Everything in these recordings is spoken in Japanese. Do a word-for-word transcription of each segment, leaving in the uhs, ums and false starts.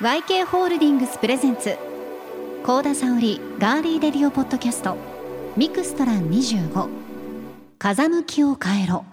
ワイケー ホールディングスプレゼンツ幸田沙織ガーリーレディオポッドキャストミクストランにじゅうご風向きを変えろ。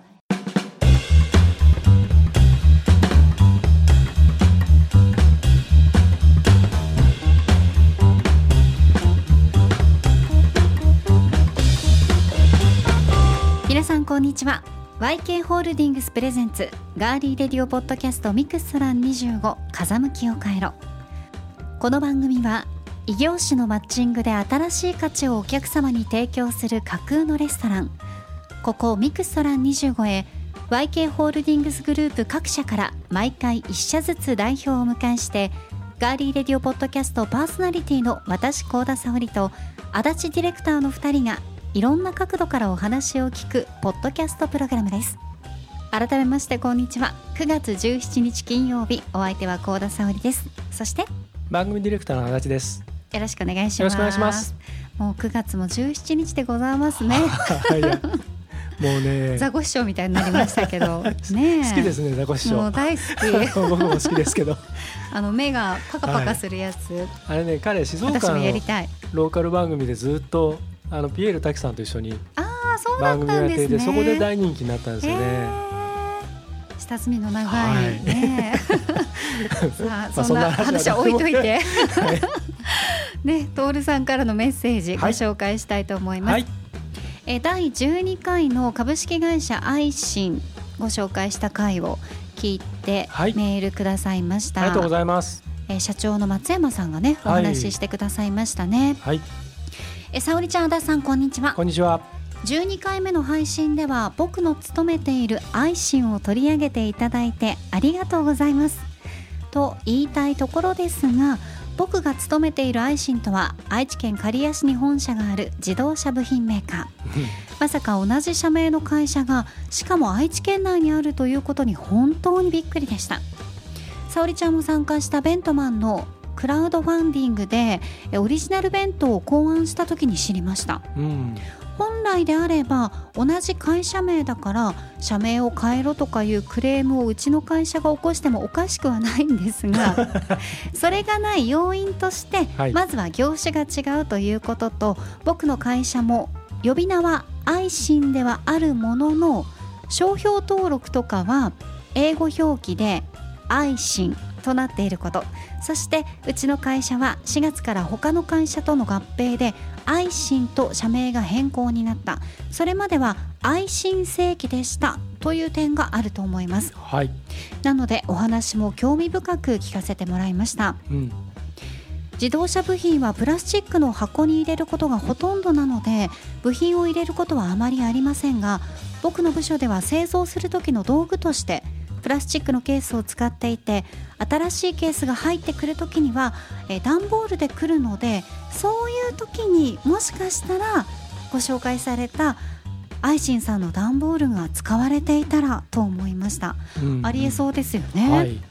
皆さんこんにちは。 ワイケー ホールディングスプレゼンツガーリーレディオポッドキャストミクストランにじゅうご風向きを変えろ。この番組は異業種のマッチングで新しい価値をお客様に提供する架空のレストラン、ここミクストランにじゅうごへ ワイケー ホールディングスグループ各社から毎回いっ社ずつ代表を迎えしてガーリーレディオポッドキャストパーソナリティの私幸田沙織と足立ディレクターのふたりがいろんな角度からお話を聞くポッドキャストプログラムです。改めましてこんにちは。くがつじゅうしちにち金曜日、お相手は幸田沙織です。そして番組ディレクターの足立です。 よろしくお願いします。 よろしくお願いします。 もうくがつもじゅうしちにちでございますね。 いやもうねザコシショウみたいになりましたけどね。 好きですねザコシショウ。 もう大好き僕も好きですけどあの目がパカパカするやつ、はい、 あれね彼静岡のローカル番組でずっとあのピエール滝さんと一緒に番組をやっていて、そこで大人気になったんですよね。 下積みの長い、はい、ねさあそんな話は置いといて、はいね、徹さんからのメッセージご紹介したいと思います、はい、えだいじゅうにかいの株式会社アイシンご紹介した回を聞いて、はい、メールくださいました。 ありがとうございます。 え社長の松山さんがねお話ししてくださいましたね。はい、え沙織ちゃん、足立さん、こんにちは。 こんにちは。 じゅうにかいめの配信では僕の勤めているアイシンを取り上げていただいてありがとうございますと言いたいところですが、僕が勤めているアイシンとは愛知県刈谷市に本社がある自動車部品メーカーまさか同じ社名の会社がしかも愛知県内にあるということに本当にびっくりでした。沙織ちゃんも参加したベントマンのクラウドファンディングでオリジナル弁当を考案した時に知りました、うん、本来であれば同じ会社名だから社名を変えろとかいうクレームをうちの会社が起こしてもおかしくはないんですがそれがない要因として、はい、まずは業種が違うということと、僕の会社も呼び名はアイシンではあるものの商標登録とかは英語表記でアイシンとなっていること、そしてうちの会社はしがつから他の会社との合併でアイシンと社名が変更になった。それまではアイシン正規でしたという点があると思います、はい、なのでお話も興味深く聞かせてもらいました、うん、自動車部品はプラスチックの箱に入れることがほとんどなので部品を入れることはあまりありませんが、僕の部署では製造する時の道具としてプラスチックのケースを使っていて、新しいケースが入ってくるときにはえ段ボールで来るので、そういうときにもしかしたらご紹介されたアイシンさんの段ボールが使われていたらと思いました、うんうん、ありえそうですよね、はい、うん、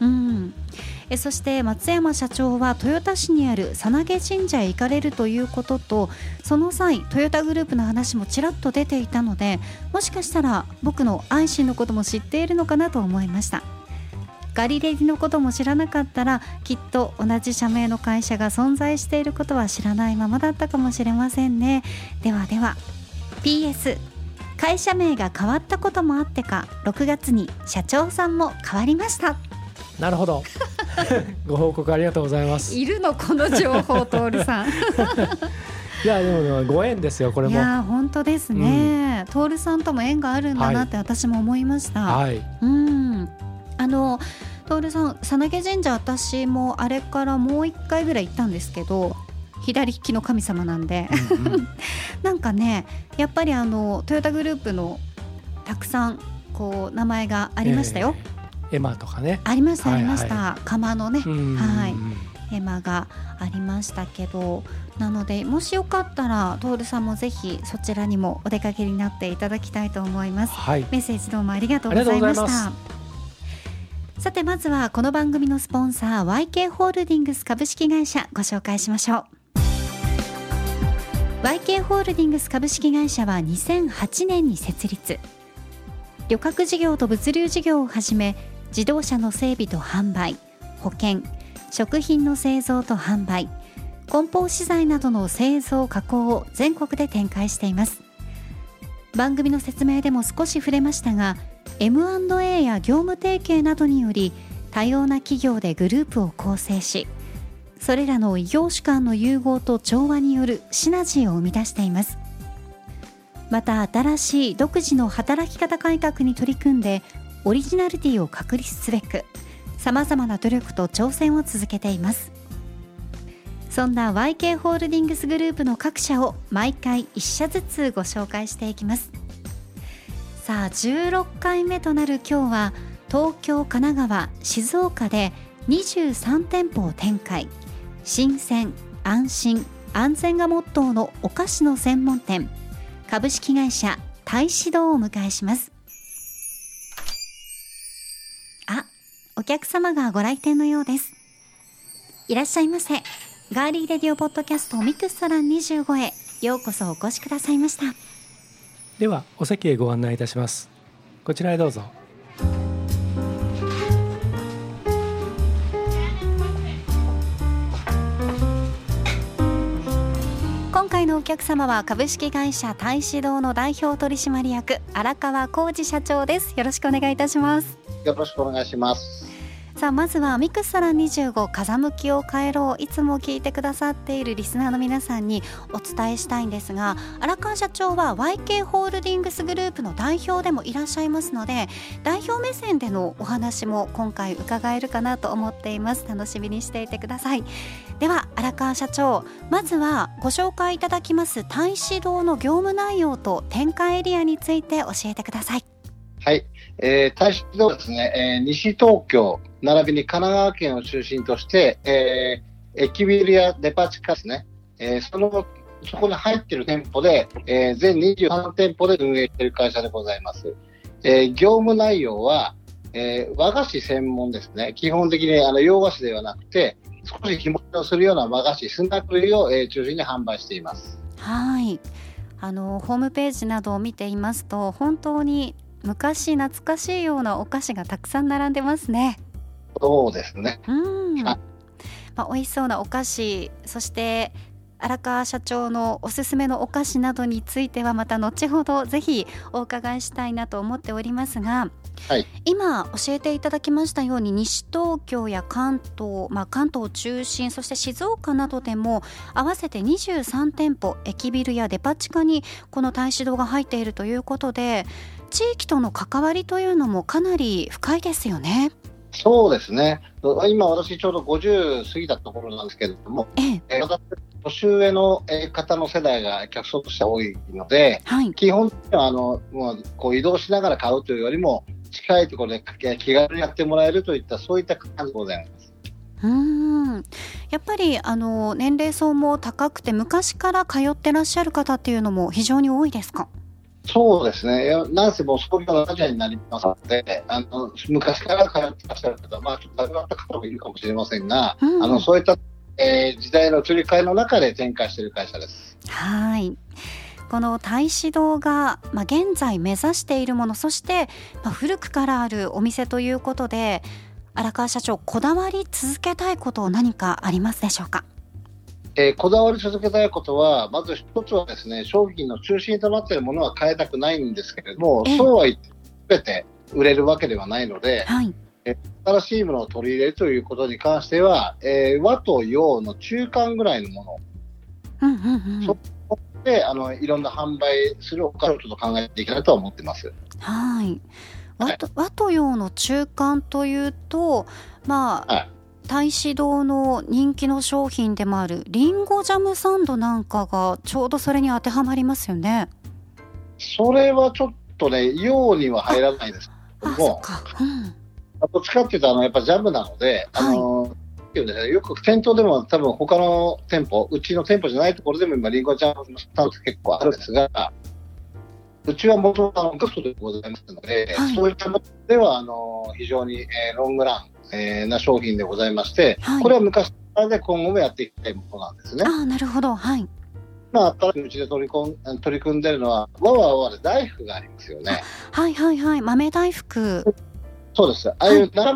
えそして松山社長は豊田市にあるさなげ神社へ行かれるということと、その際トヨタグループの話もちらっと出ていたので、もしかしたら僕のアイシンのことも知っているのかなと思いました。ガリレディのことも知らなかったらきっと同じ社名の会社が存在していることは知らないままだったかもしれませんね。ではでは ピーエス 会社名が変わったこともあってかろくがつに社長さんも変わりました。 なるほどご報告ありがとうございます。 いるのこの情報徹さんいやでもご縁ですよこれも。 いや本当ですね、うん、徹さんとも縁があるんだなって私も思いました、はい、うんあの徹さん、さなげ神社私もあれからもう一回ぐらい行ったんですけど、左利きの神様なんで、うんうん、なんかねやっぱりあのトヨタグループのたくさんこう名前がありましたよ、 えー、エマとかねありました、はいはい、ありました。釜のね、はい、エマがありましたけど、なのでもしよかったら徹さんもぜひそちらにもお出かけになっていただきたいと思います、はい、メッセージどうもありがとうございました。さてまずはこの番組のスポンサー ワイケー ホールディングス株式会社ご紹介しましょう。 ワイケー ホールディングス株式会社はにせんはちねんに設立。旅客事業と物流事業をはじめ自動車の整備と販売、保険、 食品の製造と販売、梱包資材などの製造加工を全国で展開しています。番組の説明でも少し触れましたが、 エムアンドエー や業務提携などにより多様な企業でグループを構成し、それらの異業種間の融合と調和によるシナジーを生み出しています。また新しい独自の働き方改革に取り組んでオリジナリティを確立すべくさまざまな努力と挑戦を続けています。そんな ワイケー ホールディングスグループの各社を毎回いっ社ずつご紹介していきます。さあじゅうろっかいめとなる今日は、東京、神奈川、静岡でにじゅうさんてんぽを展開、新鮮、安心、安全がモットーのお菓子の専門店、株式会社太子堂をお迎えします。あ、お客様がご来店のようです。いらっしゃいませ。ガーリーレディオポッドキャストミクストランにじゅうごへようこそお越しくださいました。 ではお席へご案内いたします。こちらへどうぞ。 今回のお客様は株式会社太子堂の代表取締役荒川浩二社長です。よろしくお願いいたします。 よろしくお願いします。 さあまずはミクストランにじゅうご風向きを変えろ、いつも聞いてくださっているリスナーの皆さんにお伝えしたいんですが、荒川社長は ワイケー ホールディングスグループの代表でもいらっしゃいますので、代表目線でのお話も今回伺えるかなと思っています。楽しみにしていてください。では荒川社長、まずはご紹介いただきます太子堂の業務内容と展開エリアについて教えてください。 はい、えー、太子堂ですね、えー、西東京並びに神奈川県を中心として、えー、駅ビルやデパ地下ですね、えー、そのそこに入っている店舗で、えー、全にじゅうさんてんぽで運営している会社でございます。えー、業務内容は、えー、和菓子専門ですね。基本的にあの洋菓子ではなくて、少し日持ちをするような和菓子、スナック類を、えー、中心に販売しています。 はい、あのホームページなどを見ていますと、本当に昔懐かしいようなお菓子がたくさん並んでますね。 そうですね。 うん、まあ、美味しそうなお菓子、そして荒川社長のおすすめのお菓子などについてはまた後ほどぜひお伺いしたいなと思っておりますが、はい、今教えていただきましたように西東京や関東、まあ、関東を中心、そして静岡などでも合わせてにじゅうさんてんぽ、駅ビルやデパ地下にこの太子堂が入っているということで、地域との関わりというのもかなり深いですよね。 そうですね。今私ちょうどごじゅう過ぎたところなんですけれども、ええ、私年上の方の世代が客層として多いので、はい、基本的にはあのもうこう移動しながら買うというよりも近いところで気軽にやってもらえるといったそういった感じでございます。 うーん、やっぱりあの年齢層も高くて昔から通ってらっしゃる方っていうのも非常に多いですか？ そうですね。なんせもう創業ななじゅうねんになりますので、あの昔から通ってらっしゃる方、まあちょっと亡くなった方もいるかもしれませんが、うん、あのそういった、えー、時代の移り変えの中で展開している会社です。 はい。この太子堂が、まあ、現在目指しているもの、そして、まあ、古くからあるお店ということで、荒川社長、こだわり続けたいこと何かありますでしょうか？ えー、こだわり続けたいことは、まず一つはですね、商品の中心となっているものは変えたくないんですけれども、そうは言って全て売れるわけではないので、はい、えー、新しいものを取り入れるということに関しては、えー、和と洋の中間ぐらいのもの、うんうんうん、そこであのいろんな販売するお菓子をちょっと考えていきたいと思っています。 はい、和と、和と洋の中間というと、まあ、はい、太子堂の人気の商品でもあるリンゴジャムサンドなんかがちょうどそれに当てはまりますよね。 それはちょっとね、洋には入らないですけども、うん、どっちかっていうとあのやっぱジャムなので、はい、あのよく店頭でも多分他の店舗、うちの店舗じゃないところでも今リンゴジャムサンド結構あるんですが、うちは元々ガストでございますので、はい、そういったものではあの非常に、えー、ロングランえー、な商品でございまして、はい、これは昔からで今後もやっていきたいものなんですね。 あ、なるほど、はい。 まあ、新しいうちで取り込ん取り組んでいるのは和は和で大福がありますよね。 はいはいはい、豆大福。 そうです。ああいう並び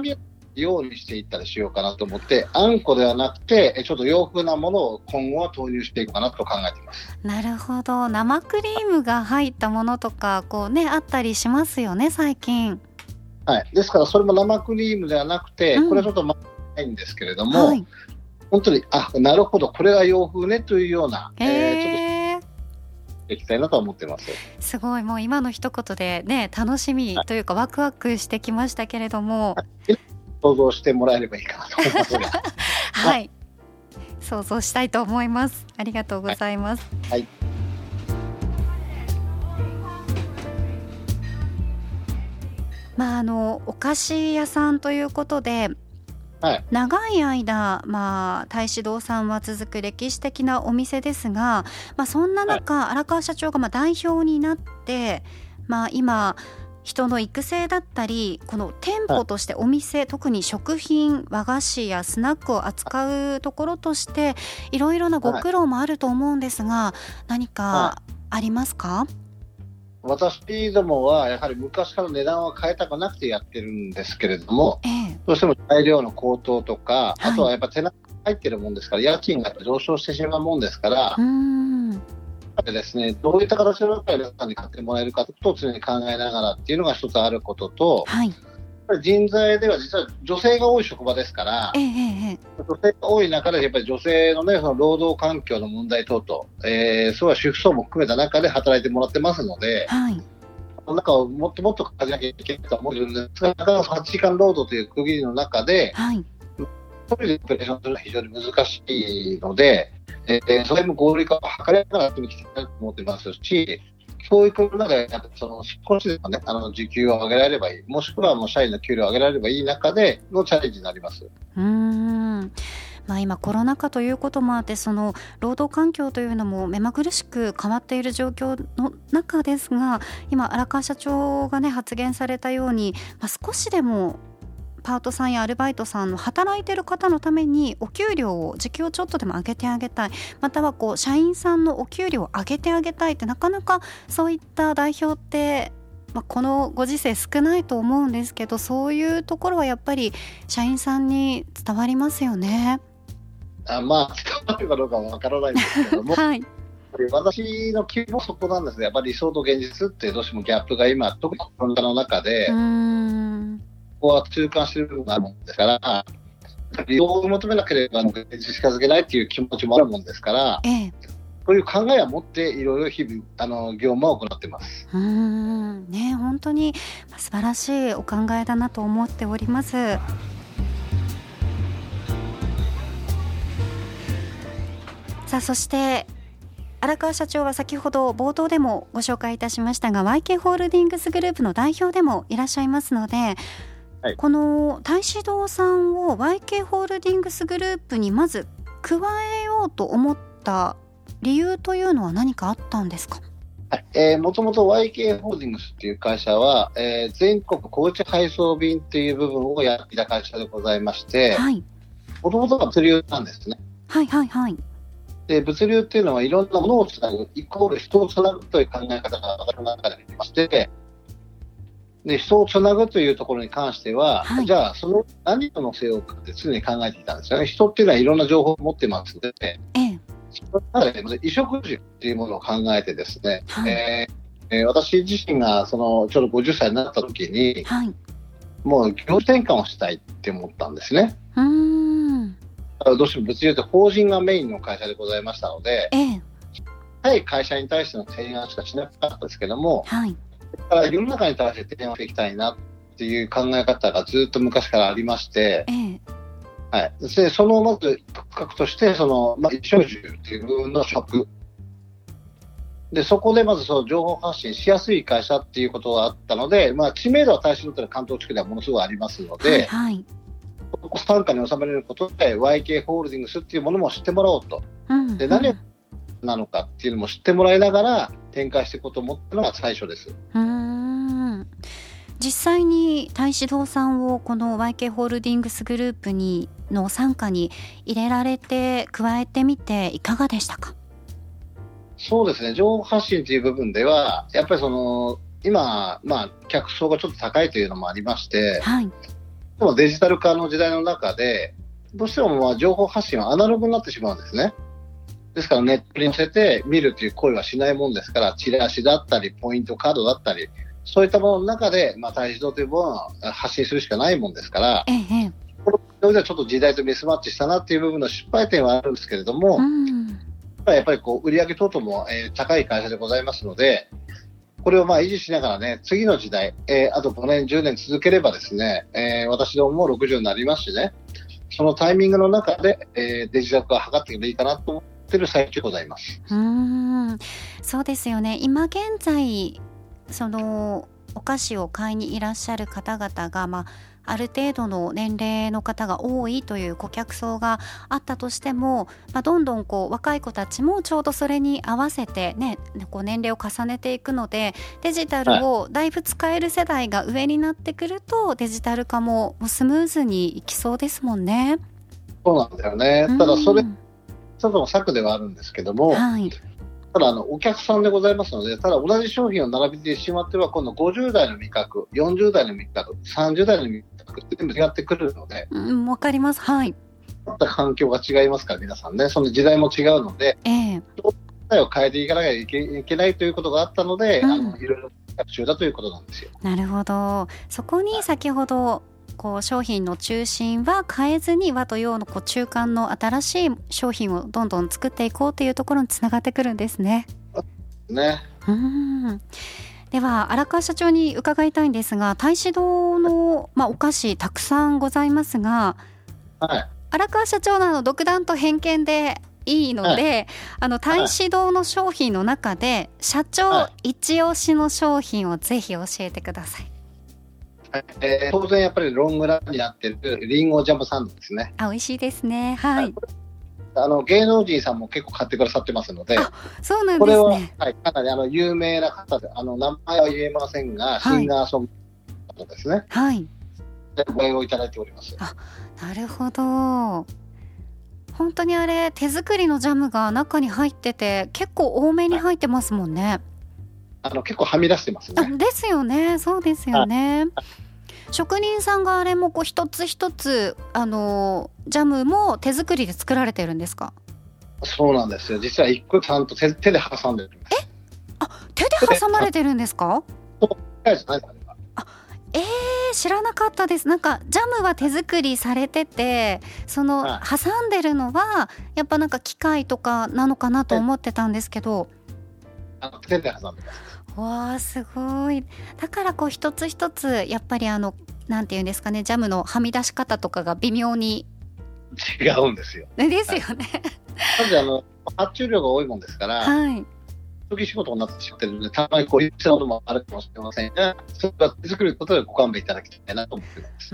ようにしていったりしようかなと思って、あんこではなくてちょっと洋風なものを今後は投入していこうかなと考えています。 なるほど。生クリームが入ったものとかこう、ね、あったりしますよね最近。 はい、ですからそれも生クリームではなくて、うん、これはちょっとまないんですけれども、はい、本当にあなるほどこれが洋風ねというような、えー、ちょっといきたいなと思ってます。 すごい、もう今の一言でね楽しみというか、はい、ワクワクしてきましたけれども、はい、 想像してもらえればいいかなと思いますがはい、想像したいと思います。ありがとうございます。 はい、はい、 まああのお菓子屋さんということで、はい、長い間、まあ、太子堂さんは続く歴史的なお店ですが、まあ、そんな中、はい、荒川社長がまあ代表になって、まあ、今人の育成だったりこの店舗としてお店、はい、特に食品和菓子やスナックを扱うところとしていろいろなご苦労もあると思うんですが、はい、何かありますか？ 私どもはやはり昔から値段は変えたくなくてやってるんですけれども、ええ、どうしても材料の高騰とか、はい、あとはやっぱ手間が入ってるもんですから家賃が上昇してしまうもんですから、うーんでですね、どういった形の中で皆さんに買ってもらえるかということを常に考えながらっていうのが一つあることと、はい、人材では実は女性が多い職場ですから、ええ、女性が多い中でやっぱり女性の、ね、その労働環境の問題等々、えー、そうは主婦層も含めた中で働いてもらってますので、はい、その中をもっともっと変えなきゃいけないと思うんですが、なかなかはちじかん労働という区切りの中で、はい、一人でオペレーションするのは非常に難しいので、えー、それも合理化を図りながらやっていきたいなと思ってますし、教育の中でその少しでも、ね、あの時給を上げられればいい、もしくはもう社員の給料を上げられればいい中でのチャレンジになります。 うーん、まあ、今コロナ禍ということもあってその労働環境というのも目まぐるしく変わっている状況の中ですが、今荒川社長が、ね、発言されたように、まあ、少しでもパートさんやアルバイトさんの働いている方のためにお給料を時給をちょっとでも上げてあげたい、またはこう社員さんのお給料を上げてあげたいってなかなかそういった代表って、まあ、このご時世少ないと思うんですけど、そういうところはやっぱり社員さんに伝わりますよね。 あ、まあ伝わるかどうかは分からないんですけども、はい、私の希望はそこなんですね。やっぱり理想と現実ってどうしてもギャップが今特にコロナの中でうーんここは痛感している部分があるもんですから、利用を求めなければ現実近づけないという気持ちもあるもんですから、ええ、そういう考えを持っていろいろ日々あの業務を行っています。 うーん、ね、本当に素晴らしいお考えだなと思っております。さあ、そして荒川社長は先ほど冒頭でもご紹介いたしましたが ワイケー ホールディングスグループの代表でもいらっしゃいますので、はい、この太子堂さんを ワイケー ホールディングスグループにまず加えようと思った理由というのは何かあったんですか？ はい、えー、もともと ワイケー ホールディングスっていう会社は、えー、全国高知配送便っていう部分をやっていた会社でございまして、もともとは物流なんですね。 はいはいはい。 で物流っていうのはいろんなものをつなぐイコール人をつなぐという考え方が私の中でありまして、で人をつなぐというところに関しては、はい、じゃあその何を載せようかって常に考えていたんですよね。人っていうのはいろんな情報を持ってますので、ええ、その中で衣食住っていうものを考えてですね、はい、えー、私自身がそのちょうどごじゅっさいになった時に、はい、もう業種転換をしたいって思ったんですね。うーん、どうしても物流って法人がメインの会社でございましたので、ええ、対会社に対しての提案しかしなかったんですけども、はい、だから世の中に対して提案していきたいなっていう考え方がずっと昔からありまして、ええ、はい、でそのまず価格としてその、まあ、衣食住っていう部分の食で、そこでまずその情報発信しやすい会社っていうことがあったので、まあ、知名度は太子堂というのは関東地区ではものすごいありますので、はいはい、傘下に収められることで ワイケー ホールディングスっていうものも知ってもらおうと、うん、で何なのかっていうのも知ってもらいながら展開していこうと思ったのが最初です。 うーん、実際に太子堂さんをこの ワイケー ホールディングスグループにの傘下に入れられて加えてみていかがでしたか？ そうですね、情報発信という部分ではやっぱりその今、まあ、客層がちょっと高いというのもありまして、はい、 もデジタル化の時代の中で、どうしてもまあ情報発信はアナログになってしまうんですね。ですからネットに載せて見るという行為はしないもんですから、チラシだったり、ポイントカードだったり、そういったものの中で、まあ、体自動というものは発信するしかないもんですから、 ええ、 これではちょっと時代とミスマッチしたなっていう部分の失敗点はあるんですけれども、うん、やっぱりこう売上等々も、えー、高い会社でございますので、これをまあ維持しながらね、次の時代、えー、あとごねん、じゅうねん続ければですね、えー、私どももろくじゅうになりますしね、そのタイミングの中で、えー、デジタル化を図っていけばいいかなと思っている最中でございます。 うーん、そうですよね。今現在そのお菓子を買いにいらっしゃる方々が、まあ、ある程度の年齢の方が多いという顧客層があったとしても、まあ、どんどんこう若い子たちもちょうどそれに合わせて、ね、こう年齢を重ねていくので、デジタルをだいぶ使える世代が上になってくると、デジタル化もスムーズにいきそうですもんね。 そうなんだよね。ただそれ、うん、ちょっとの策ではあるんですけども、はい、ただあのお客さんでございますので、ただ同じ商品を並べてしまっては、今度ごじゅう代の味覚、よんじゅう代の味覚、さんじゅう代の味覚って全部違ってくるので、 うん、わかります。はい。 また環境が違いますから、皆さんね、その時代も違うので、ええ、時代を変えていかなきゃいけ、いけないということがあったので、うん、あのいろいろ学習だということなんですよ。 なるほど。そこに先ほどこう商品の中心は変えずに和と洋のこう中間の新しい商品をどんどん作っていこうというところにつながってくるんですね。 ね。 うん。では荒川社長に伺いたいんですが、太子堂の、まあ、お菓子たくさんございますが、はい、荒川社長のあの独断と偏見でいいので、はい、あの太子堂の商品の中で社長一押しの商品をぜひ教えてください。 えー、当然やっぱりロングランになっているリンゴジャムサンドですね。 あ、美味しいですね。はい。 あの芸能人さんも結構買ってくださってますので、 あ、そうなんですね。 これは、はい、かなりあの有名な方で、あの名前は言えませんが、はい、シンガーソングの方ですね。はい。でご用意いただいております。 あ、なるほど。本当にあれ手作りのジャムが中に入ってて結構多めに入ってますもんね。はい、 あの結構はみ出してますね。 あ、ですよね。そうですよね。職人さんがあれもこう一つ一つあのジャムも手作りで作られてるんですか？ そうなんですよ。実は一個ちゃんと 手, 手で挟んでるんです。 え、あ、手で挟まれてるんですか？あ、えー、知らなかったです。なんかジャムは手作りされてて、その、はい、挟んでるのはやっぱなんか機械とかなのかなと思ってたんですけど、 あの手で挟んでます。 わー、すごい。だからこう一つ一つやっぱりあのなんていうんですかね、ジャムのはみ出し方とかが微妙に違うんですよ。 ですよね。 まずあの発注量が多いもんですから、はい、時仕事になってしまってるので、たまにこういうものもあるかもしれませんが、それは手作りのことでご勘弁いただきたいなと思っています。 うん、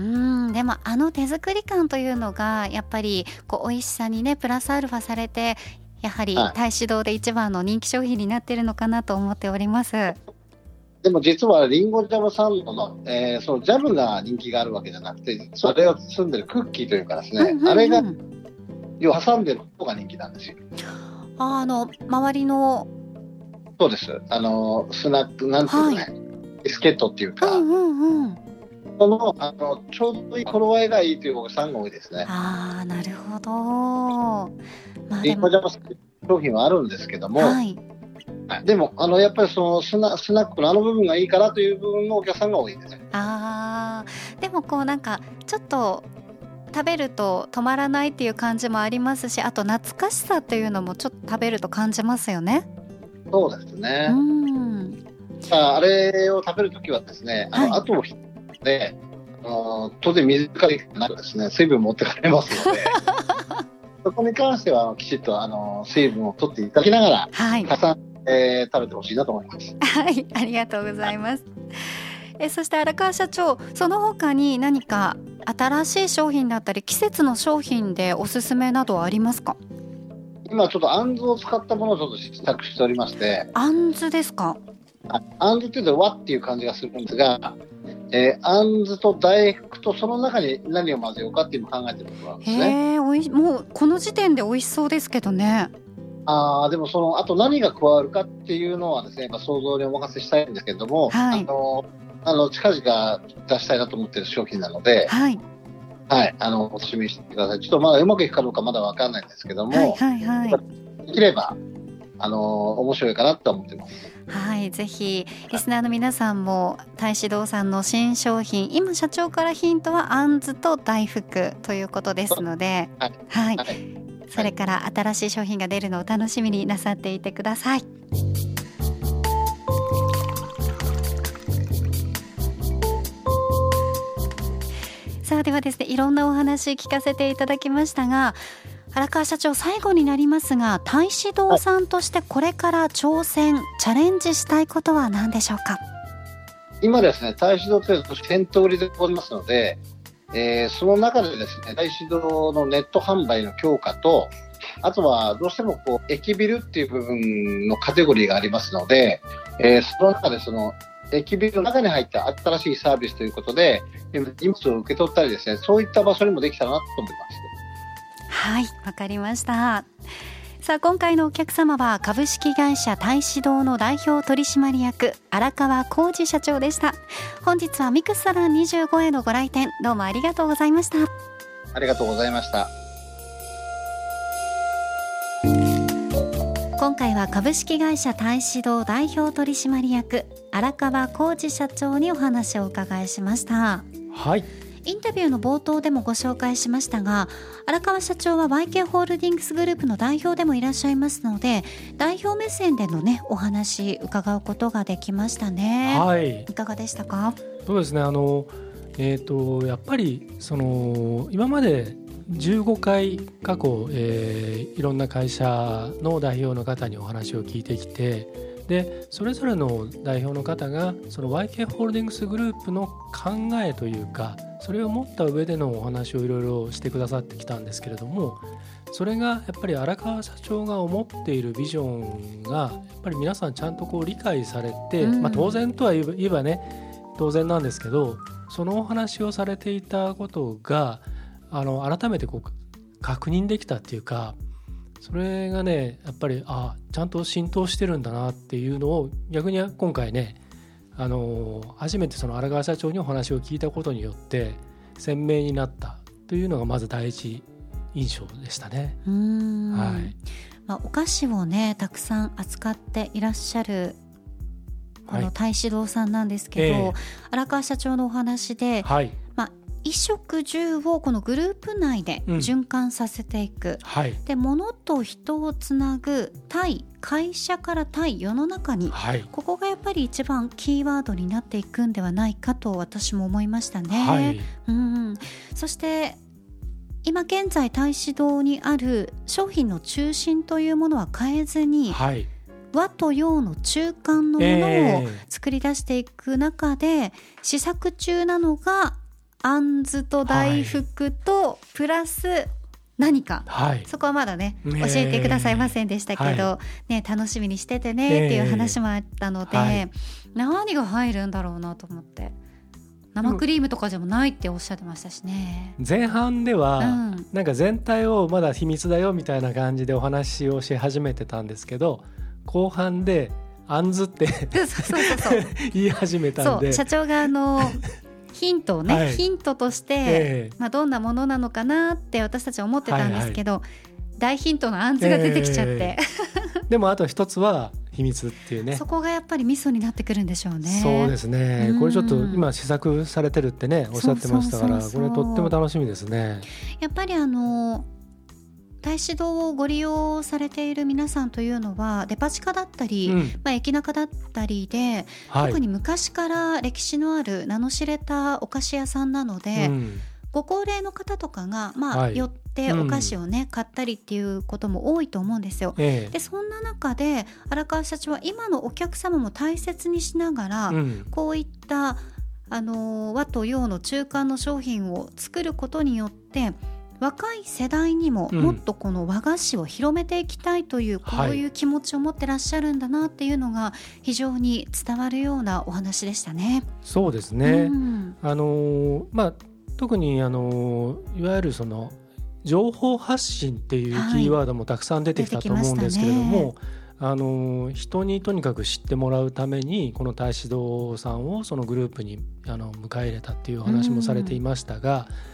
でもあの手作り感というのがやっぱりこう美味しさにねプラスアルファされて、やはり太子堂で一番の人気商品になっているのかなと思っております。 でも実はリンゴジャムサンドの、えー、そのジャムが人気があるわけじゃなくて、それを包んでるクッキーというかですね、うんうんうん、あれが要は挟んでる方が人気なんですよ。 あ、あの周りのそうです。あのスナックなんていうのね、はい、ビスケットっていうか、うんうんうん、そのあのちょうどいい頃合いがいいというお客さんが多いですね。 ああ、なるほど。まあ、リンゴジャム商品はあるんですけども、はい、でもあのやっぱりそのスナ、スナックのあの部分がいいからという部分のお客さんが多いですね。 あー、でもこうなんかちょっと食べると止まらないっていう感じもありますし、あと懐かしさっていうのもちょっと食べると感じますよね。 そうですね。うん、あ, あれを食べるときはですね、あの、はい、後を引いて、あの当然水かけなくですね、水分持ってかれますのでそこに関してはきちっとあの水分を取っていただきながら、はい、たくさん、えー、食べてほしいなと思います。 はい、ありがとうございます。えそして荒川社長、その他に何か新しい商品だったり季節の商品でおすすめなどはありますか？ 今ちょっとあんずを使ったものをちょっと試作しておりまして。 あんずですか？ あ, あんずっていうと和っていう感じがするんですが、えー、あんずと大福とその中に何を混ぜようかっていうのを考えてるところなんですね。 へー、おいもうこの時点で美味しそうですけどね。 あでもそのあと何が加わるかっていうのはですね、想像にお任せしたいんですけれども、はい、あのあの近々出したいなと思っている商品なので、はい、 はい、あの、お楽しみにしてください。ちょっとまだうまくいくかどうかまだわかんないんですけども、 はいはいはい、 できれば、あの、面白いかなと思ってます。 はい、ぜひリスナーの皆さんも太子堂さんの新商品、今社長からヒントはあんずと大福ということですので、はい、はいはい、それから新しい商品が出るのを楽しみになさっていてください。さあではですね、いろんなお話聞かせていただきましたが、荒川社長、最後になりますが、太子堂さんとしてこれから挑戦、チャレンジしたいことは何でしょうか。 今ですね、太子堂というと先頭売りでおりますので、えー、その中でですね、太子堂のネット販売の強化と、あとはどうしてもこう駅ビルっていう部分のカテゴリーがありますので、えー、その中でその駅ビルの中に入った新しいサービスということで、荷物を受け取ったりですね、そういった場所にもできたらなと思います。 はい、わかりました。さあ今回のお客様は株式会社太子堂の代表取締役荒川浩二社長でした。本日はミクスサロンにじゅうごへのご来店、どうもありがとうございました。 ありがとうございました。 今回は株式会社太子堂代表取締役荒川浩二社長にお話をお伺いしました。 はい、 インタビューの冒頭でもご紹介しましたが、荒川社長は ワイケー ホールディングスグループの代表でもいらっしゃいますので、代表目線でのねお話伺うことができましたね。はい、いかがでしたか。 そうですね、あの、えーと、やっぱりその今までじゅうごかい過去、えー、いろんな会社の代表の方にお話を聞いてきて、でそれぞれの代表の方がその ワイケー ホールディングスグループの考えというか、それを持った上でのお話をいろいろしてくださってきたんですけれども、それがやっぱり荒川社長が思っているビジョンがやっぱり皆さんちゃんとこう理解されて、うん、まあ、当然とは言えばね当然なんですけど、そのお話をされていたことがあの改めてこう確認できたっていうか、それがねやっぱりあちゃんと浸透してるんだなっていうのを逆に今回ねあの初めてその荒川社長にお話を聞いたことによって鮮明になったというのがまず第一印象でしたね。 うーん、はい、まあ、お菓子をねたくさん扱っていらっしゃるこの太子堂さんなんですけど、はい、えー、荒川社長のお話で、はい、まあ衣食住をこのグループ内で循環させていく、うん、はい、で物と人をつなぐ対会社から対世の中に、はい、ここがやっぱり一番キーワードになっていくんではないかと私も思いましたね。はい、うん、そして今現在太子堂にある商品の中心というものは変えずに、はい、和と洋の中間のものを作り出していく中で、えー、試作中なのがあんずと大福とプラス何か、はい、そこはまだね教えてくださいませんでしたけど、はい、ね、楽しみにしててねっていう話もあったので、はい、何が入るんだろうなと思って、生クリームとかでもないっておっしゃってましたしね。 前半では、うん、なんか全体をまだ秘密だよみたいな感じでお話をし始めてたんですけど、後半であんずってそうそうそう言い始めたんで、 そう社長があのヒントをね、はい、ヒントとして、えーまあ、どんなものなのかなって私たちは思ってたんですけど、はいはい、大ヒントのあんずが出てきちゃって、えー、でもあと一つは秘密っていうね、 そこがやっぱりミソになってくるんでしょうね。 そうですね、これちょっと今試作されてるってねおっしゃってましたから、これとっても楽しみですね。 やっぱりあの太子堂をご利用されている皆さんというのはデパ地下だったり、うん、まあ、駅中だったりで、はい、特に昔から歴史のある名の知れたお菓子屋さんなので、うん、ご高齢の方とかが、まあはい、寄ってお菓子をね、うん、買ったりっていうことも多いと思うんですよ、ええ、でそんな中で荒川社長は今のお客様も大切にしながら、うん、こういったあの和と洋の中間の商品を作ることによって若い世代にももっとこの和菓子を広めていきたいという、うん、こういう気持ちを持ってらっしゃるんだなっていうのが非常に伝わるようなお話でしたね。 そうですね、うん、あのまあ、特にあのいわゆるその情報発信っていうキーワードもたくさん出てきたと思うんですけれども、はい、あの人にとにかく知ってもらうためにこの太子堂さんをそのグループにあの迎え入れたっていうお話もされていましたが、うん、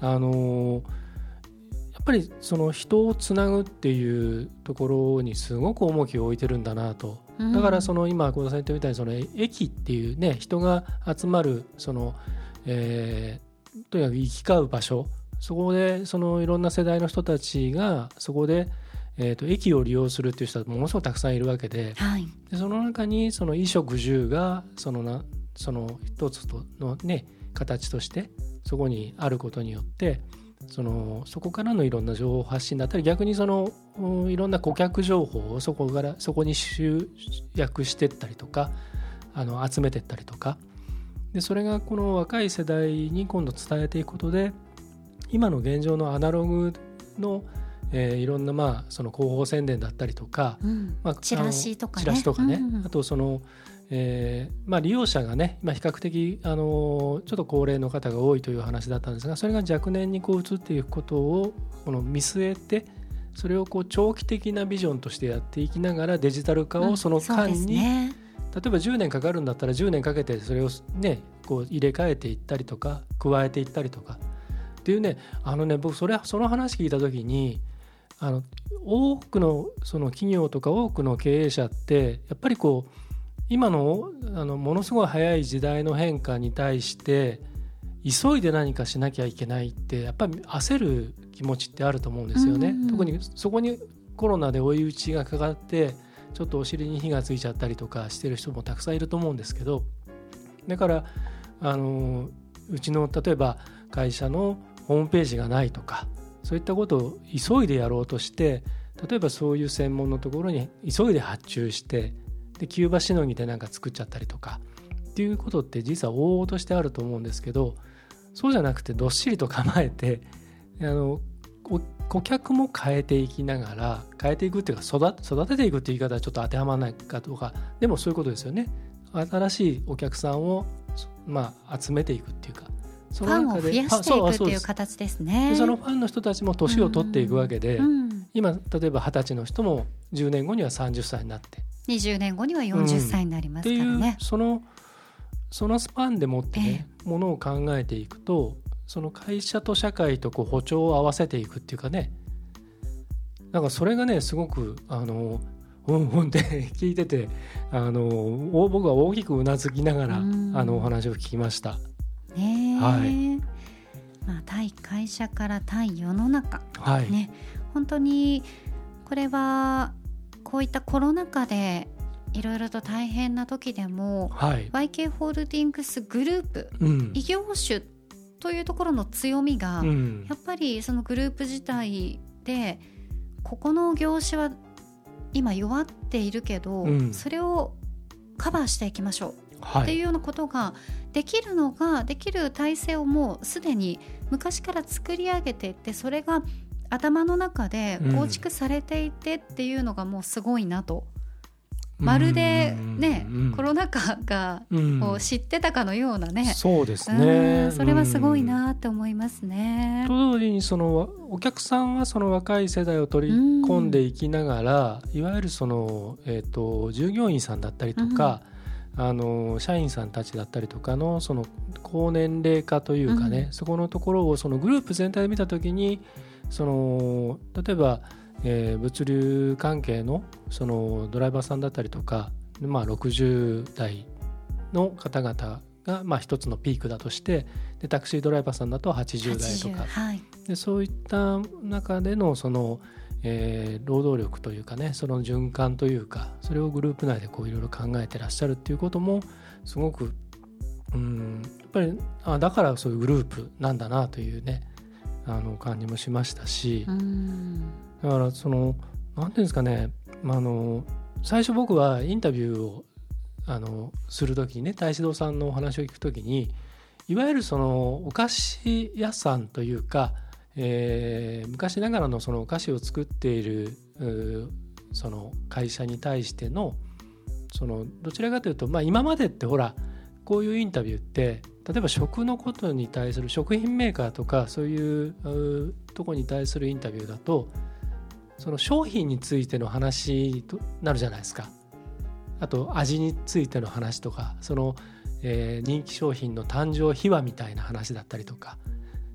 あのやっぱりその人をつなぐっていうところにすごく重きを置いてるんだなと。だからその今小田さん言ったみたいにその駅っていうね、人が集まるその、えー、とにかく行き交う場所、そこでそのいろんな世代の人たちがそこで、えー、と駅を利用するっていう人はものすごくたくさんいるわけで、はい、でその中にその衣食住がそのなその一つのね形としてそこにあることによってそのそこからのいろんな情報発信だったり、逆にそのいろんな顧客情報をそこからそこに集約していったりとか、あの集めていったりとかで、それがこの若い世代に今度伝えていくことで、今の現状のアナログの、えー、いろんなまあその広報宣伝だったりとか、 うんまあ、チラシとかね、 チラシとかね、 うんうん、 あとそのえーまあ、利用者がね今比較的、あのー、ちょっと高齢の方が多いという話だったんですが、それが若年にこう移っていくことをこの見据えて、それをこう長期的なビジョンとしてやっていきながらデジタル化をその間に、うんね、例えばじゅうねんかかるんだったらじゅうねんかけてそれを、ね、こう入れ替えていったりとか加えていったりとかっていうね、あのね僕それその話聞いた時に、あの多くのその企業とか多くの経営者ってやっぱりこう今 の, あのものすごい早い時代の変化に対して急いで何かしなきゃいけないってやっぱり焦る気持ちってあると思うんですよね、うんうん、特にそこにコロナで追い打ちがかかってちょっとお尻に火がついちゃったりとかしてる人もたくさんいると思うんですけど、だからあのうちの例えば会社のホームページがないとかそういったことを急いでやろうとして、例えばそういう専門のところに急いで発注してで急場しのぎでなんか作っちゃったりとかっていうことって実は往々としてあると思うんですけど、そうじゃなくてどっしりと構えて、あの顧客も変えていきながら変えていくっていうか 育, 育てていくっていう言い方はちょっと当てはまらないかとか、でもそういうことですよね。新しいお客さんを、まあ、集めていくっていうか、その中でファンを増やしていくっていう形ですね。 でそのファンの人たちも年を取っていくわけで、うんうん、今例えばはたちの人もじゅうねんごにはさんじゅっさいになってにじゅうねんごにはよんじゅっさいになりますからね、うん、っていうその、そのスパンでもってね、えー、ものを考えていくと、その会社と社会とこう歩調を合わせていくっていうかね、なんかそれがねすごくあのうんうんって聞いてて、あの僕は大きくうなずきながらあのお話を聞きました。 ね、はいまあ、対会社から対世の中、はいね、本当にこれはこういったコロナ禍でいろいろと大変な時でも、はい、ワイケー ホールディングスグループ、うん、異業種というところの強みが、うん、やっぱりそのグループ自体でここの業種は今弱っているけど、うん、それをカバーしていきましょう、はい、っていうようなことができるのができる体制をもうすでに昔から作り上げていって、それが頭の中で構築されていてっていうのがもうすごいなと、うん、まるでね、うん、コロナ禍がを知ってたかのようなね、うん、 そうですね、 それはすごいなって思いますね。 と同時にそのお客さんはその若い世代を取り込んでいきながら、いわゆるその、えーと、従業員さんだったりとか、うん、あの社員さんたちだったりとかのその高年齢化というかね、うん、そこのところをそのグループ全体で見たときに、その例えば、えー、物流関係 の, そのドライバーさんだったりとか、まあ、ろくじゅう代の方々がまあ一つのピークだとして、でタクシードライバーさんだとはちじゅう代とか、はい、でそういった中でのその、えー、労働力というかね、その循環というか、それをグループ内でこういろいろ考えてらっしゃるっていうこともすごく、うん、やっぱりあだからそういうグループなんだなというね、あの感じもしましたし、うんだからそのなんていうんですかね、あの最初僕はインタビューをあのするときにね、太子堂さんのお話を聞くときに、いわゆるそのお菓子屋さんというか、えー、昔ながらのそのお菓子を作っているその会社に対してのそのどちらかというと、まあ、今までってほらこういうインタビューって例えば食のことに対する食品メーカーとかそういうところに対するインタビューだと、その商品についての話となるじゃないですか。あと味についての話とか、その、えー、人気商品の誕生秘話みたいな話だったりとか、やっ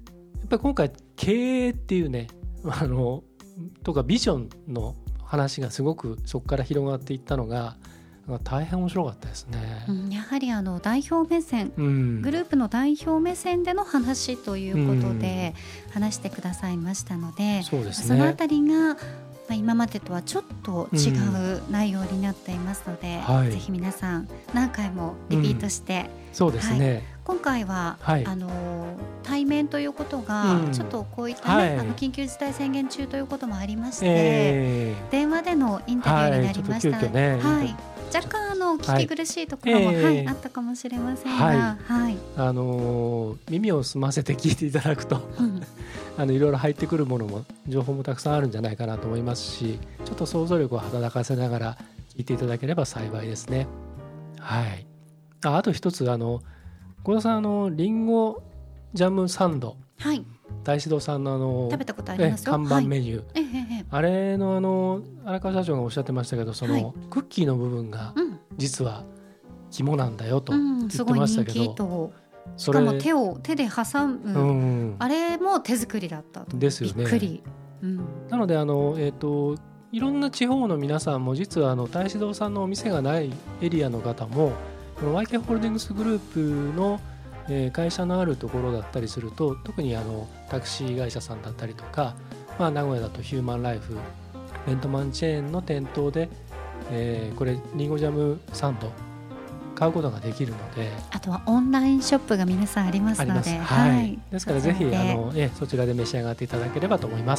ぱり今回経営っていうねあのとかビジョンの話がすごくそこから広がっていったのが大変面白かったですね、 うん、やはりあの代表目線、 うん、 グループの代表目線での話ということで話してくださいましたので、うん、 そうですね、 そのあたりが今までとはちょっと違う内容になっていますので、うんはい、ぜひ皆さん何回もリピートして、 うん、そうですね、はい、 今回は、はい、あの対面ということが、うん、ちょっとこういった、ねはい、あの緊急事態宣言中ということもありまして、えー、電話でのインタビューになりました、はいねはい、若干あの聞き苦しいところも、はいはい、あったかもしれませんが、はいはいあのー、耳を澄ませて聞いていただくと、うんあのいろいろ入ってくるものも情報もたくさんあるんじゃないかなと思いますし、ちょっと想像力を働かせながら聞いていただければ幸いですね。はい。あ、あと一つあの小田さんあのリンゴジャムサンド、はい、大志堂さんのあの食べたことありますよ、 看板メニュー、 はいええ、 あれのあの荒川社長がおっしゃってましたけど、その、はい、クッキーの部分が実は肝なんだよと言ってましたけど、うん、すごい人気としかも手を手で挟む、うん、あれも手作りだったとですよね。びっくり、うん、なのであの、えーと、いろんな地方の皆さんも実はあの大志堂さんのお店がないエリアの方もこの ワイケー ホールディングスグループの、えー、会社のあるところだったりすると、特にあのタクシー会社さんだったりとか、まあ、名古屋だとヒューマンライフレントマンチェーンの店頭で、えー、これリンゴジャムサンド買うことができるので、 あとはオンラインショップが皆さんありますので、 はいはい、ですからぜひあの、えそちらで召し上がっていただければと思います。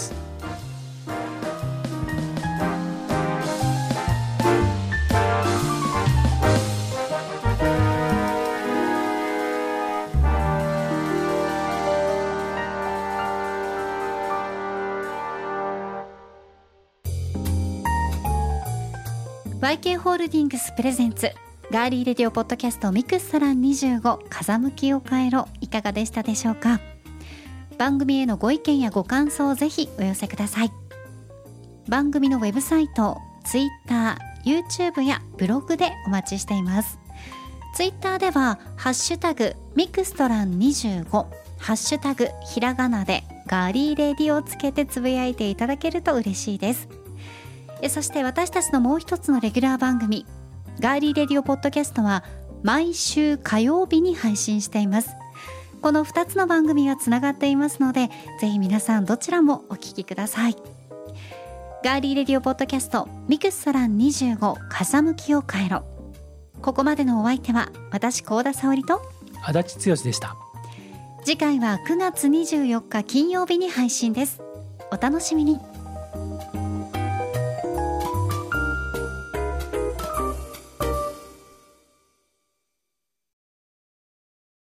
ワイケー ホールディングスプレゼンツガーリーレディオポッドキャストミクストランにじゅうご風向きを変えろ、いかがでしたでしょうか。番組へのご意見やご感想をぜひお寄せください。番組のウェブサイト、ツイッター、YouTube やブログでお待ちしています。ツイッターではハッシュタグミクストランにじゅうご、ハッシュタグひらがなでガーリーレディをつけてつぶやいていただけると嬉しいです。そして私たちのもう一つのレギュラー番組ガーリーレディオポッドキャストは毎週火曜日に配信しています。このふたつの番組がつながっていますので、ぜひ皆さんどちらもお聞きください。ガーリーレディオポッドキャストミクストランにじゅうご風向きを変えろ。ここまでのお相手は私幸田沙織と足立剛でした。 次回はくがつにじゅうよっか金曜日に配信です。お楽しみに。